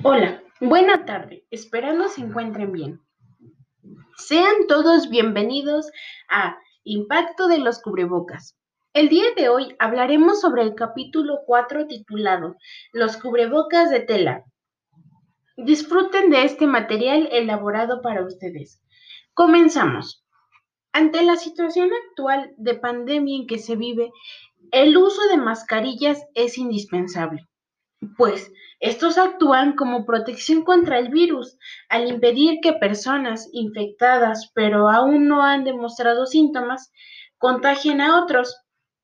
Hola, buena tarde, esperando se encuentren bien. Sean todos bienvenidos a Impacto de los cubrebocas. El día de hoy hablaremos sobre el capítulo 4 titulado Los cubrebocas de tela. Disfruten de este material elaborado para ustedes. Comenzamos. Ante la situación actual de pandemia en que se vive, el uso de mascarillas es indispensable, pues estos actúan como protección contra el virus al impedir que personas infectadas pero aún no han demostrado síntomas contagien a otros.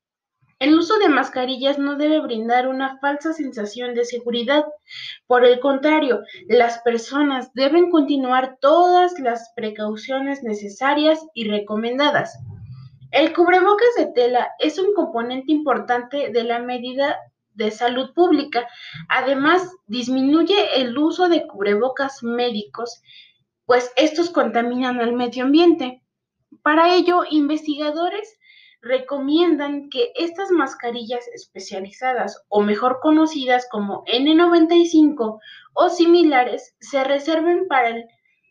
El uso de mascarillas no debe brindar una falsa sensación de seguridad. Por el contrario, las personas deben continuar todas las precauciones necesarias y recomendadas. El cubrebocas de tela es un componente importante de la medida de salud pública. Además, disminuye el uso de cubrebocas médicos, pues estos contaminan al medio ambiente. Para ello, investigadores recomiendan que estas mascarillas especializadas, o mejor conocidas como N95 o similares, se reserven para el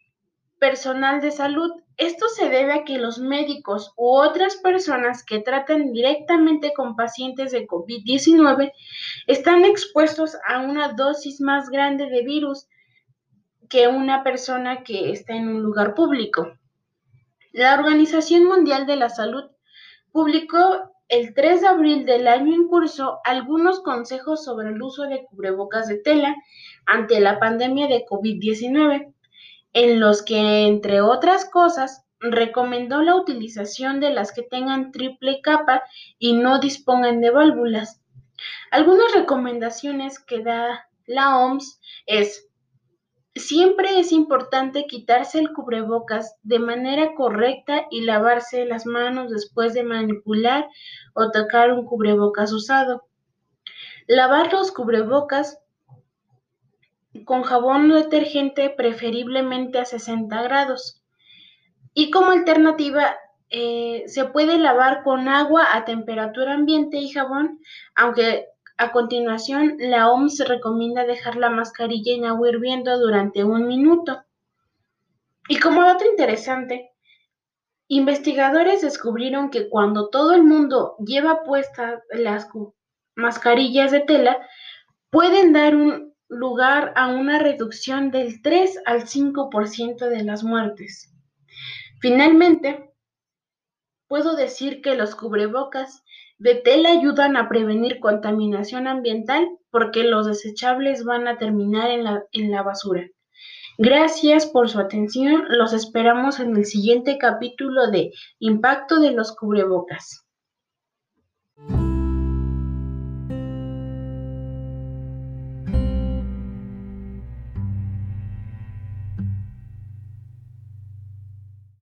personal de salud. Esto se debe a que los médicos u otras personas que tratan directamente con pacientes de COVID-19 están expuestos a una dosis más grande de virus que una persona que está en un lugar público. La Organización Mundial de la Salud publicó el 3 de abril del año en curso algunos consejos sobre el uso de cubrebocas de tela ante la pandemia de COVID-19, en los que, entre otras cosas, recomendó la utilización de las que tengan triple capa y no dispongan de válvulas. Algunas recomendaciones que da la OMS es: siempre es importante quitarse el cubrebocas de manera correcta y lavarse las manos después de manipular o tocar un cubrebocas usado. Lavar los cubrebocas con jabón o detergente, preferiblemente a 60 grados. Y como alternativa, se puede lavar con agua a temperatura ambiente y jabón, aunque a continuación la OMS recomienda dejar la mascarilla en agua hirviendo durante 1 minuto. Y como dato interesante, investigadores descubrieron que cuando todo el mundo lleva puestas las mascarillas de tela, pueden dar un lugar a una reducción del 3 al 5% de las muertes. Finalmente, puedo decir que los cubrebocas de tela ayudan a prevenir contaminación ambiental porque los desechables van a terminar en la basura. Gracias por su atención. Los esperamos en el siguiente capítulo de Impacto de los cubrebocas.